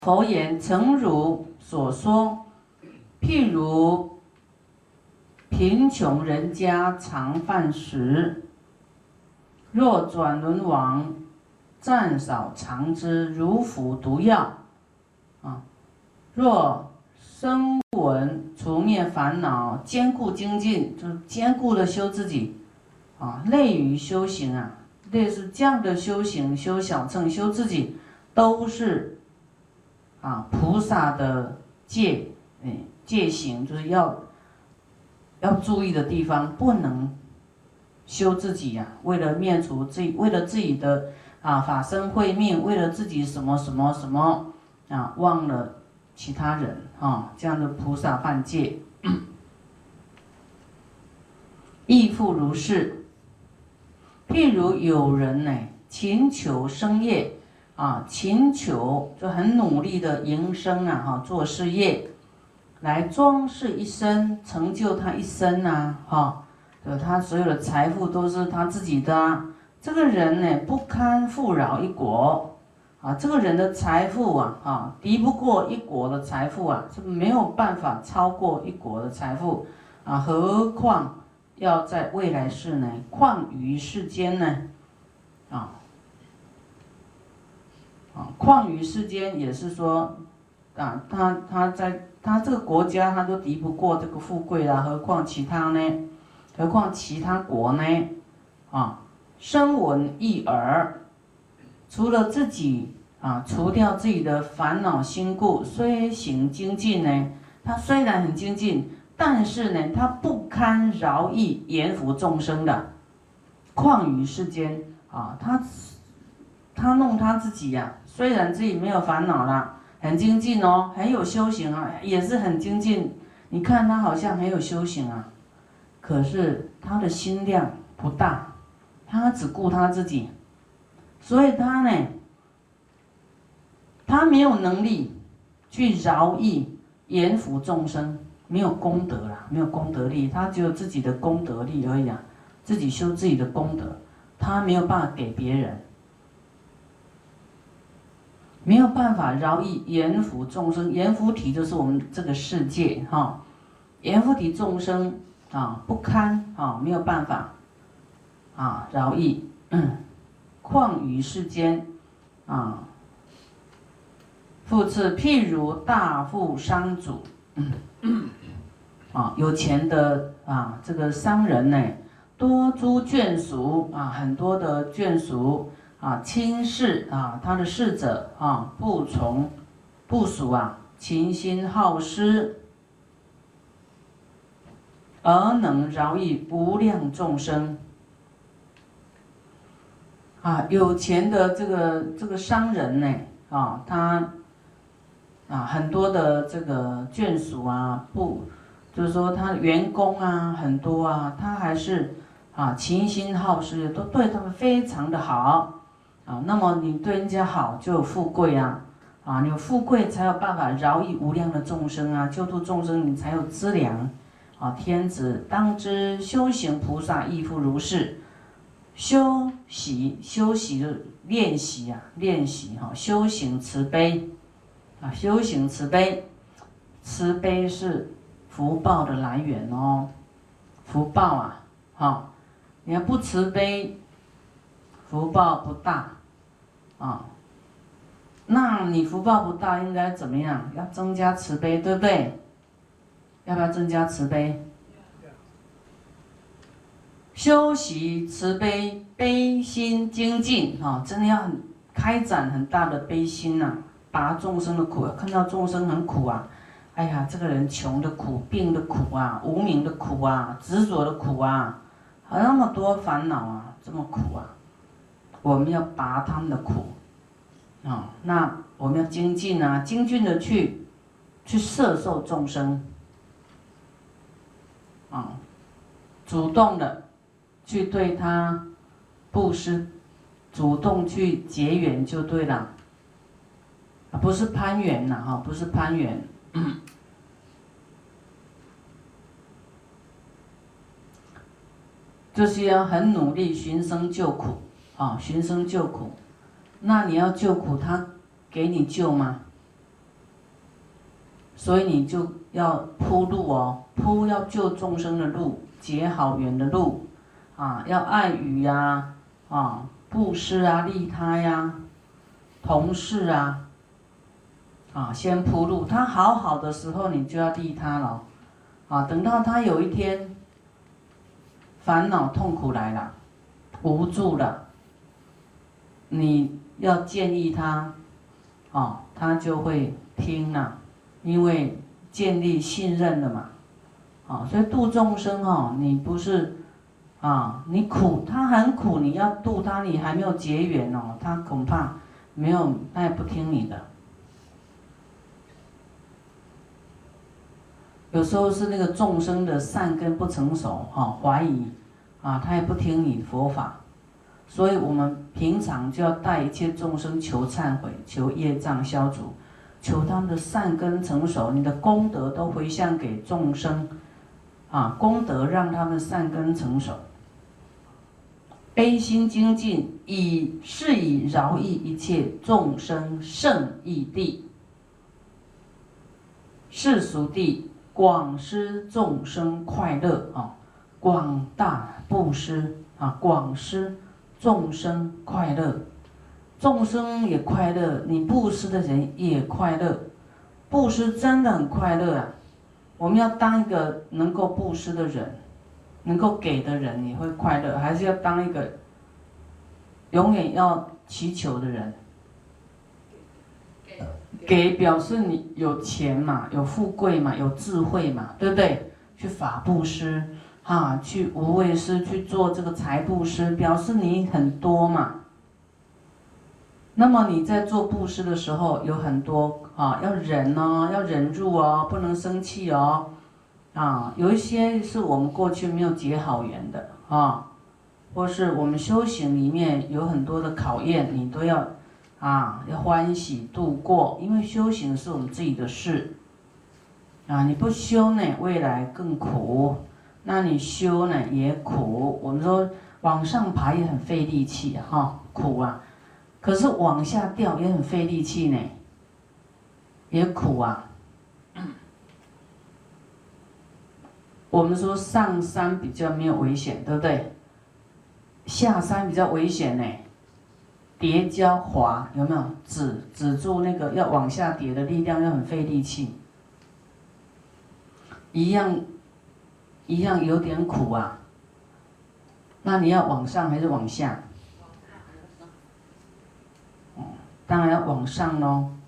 佛言：诚如所说，譬如贫穷人家常饭食，若转轮王暂少尝之，如服毒药。若声闻除灭烦恼，坚固精进，就是坚固的修自己类于修行类似这样的修行，修小乘，修自己，都是菩萨的戒行，就是要注意的地方，不能修自己为了灭除自己，为了自己的法身慧命，为了自己什么什么什么忘了其他人这样的菩萨犯戒。亦复如是。譬如有人勤求生业勤求就很努力的营生做事业，来装饰一生，成就他一生他所有的财富都是他自己的这个人不堪富饶一国这个人的财富敌不过一国的财富是没有办法超过一国的财富何况要在未来世况于世间况于世间也是说他在他这个国家他都敌不过这个富贵何况其他呢？何况其他国呢？声闻一耳，除了自己除掉自己的烦恼心故，虽行精进他虽然很精进，但是他不堪饶益延福众生的，况于世间他弄他自己虽然自己没有烦恼啦，很精进很有修行也是很精进。你看他好像很有修行可是他的心量不大，他只顾他自己，所以他没有能力去饶益延福众生，没有功德没有功德力，他只有自己的功德力而已自己修自己的功德，他没有办法给别人，没有办法饶益延福众生。延福体就是我们这个世界延福体众生不堪没有办法饶益况于世间复次，譬如大富商主有钱的这个商人多诸眷属很多的眷属亲事他的侍者部属勤心好施，而能饶益无量众生有钱的这个商人他很多的这个眷属就是说他的员工很多他还是勤心好施，都对他们非常的好那么你对人家好就有富贵你有富贵才有办法饶益无量的众生救度众生，你才有资粮天子当知修行菩萨亦复如是。修习就是练习修行慈悲修行慈悲，慈悲是福报的来源福报你要不慈悲，福报不大那你福报不大，应该怎么样？要增加慈悲，对不对？要不要增加慈悲？修习慈悲，悲心精进真的要开展很大的悲心拔众生的苦，看到众生很苦哎呀，这个人穷的苦，病的苦无明的苦执着的苦那么多烦恼这么苦我们要拔他们的苦那我们要精进精进的去摄受众生主动的去对他布施，主动去结缘就对了不是攀缘不是攀缘就是要很努力寻生救苦寻生救苦。那你要救苦，他给你救吗？ 所以你就要铺路哦，铺要救众生的路，结好缘的路，啊，要爱语呀，布施啊，利他呀，同事啊，先铺路。他好好的时候，你就要利他了，等到他有一天烦恼痛苦来了，无助了，你要建议他，他就会听了，因为建立信任了嘛，所以度众生你不是你苦，他很苦，你要度他，你还没有结缘他恐怕没有，他也不听你的。有时候是那个众生的善根不成熟，怀疑他也不听你佛法。所以我们平常就要带一切众生求忏悔，求业障消除，求他们的善根成熟，你的功德都回向给众生，功德让他们善根成熟。悲心精进，是以饶益一切众生圣义地、世俗地，广施众生快乐广大布施广施众生快乐，众生也快乐，你布施的人也快乐，布施真的很快乐啊！我们要当一个能够布施的人，能够给的人，你会快乐，还是要当一个永远要祈求的人？给表示你有钱嘛，有富贵嘛，有智慧嘛，对不对？去法布施去无畏施，去做这个财布施，表示你很多嘛。那么你在做布施的时候，有很多要忍要忍住不能生气有一些是我们过去没有结好缘的或是我们修行里面有很多的考验，你都要要欢喜度过，因为修行是我们自己的事你不修呢，未来更苦。那你修呢也苦，我们说往上爬也很费力气苦可是往下掉也很费力气呢，也苦我们说上山比较没有危险，对不对？下山比较危险呢，跌跤滑，有没有？止住那个要往下跌的力量，要很费力气。一样有点苦那你要往上还是往下？当然要往上咯。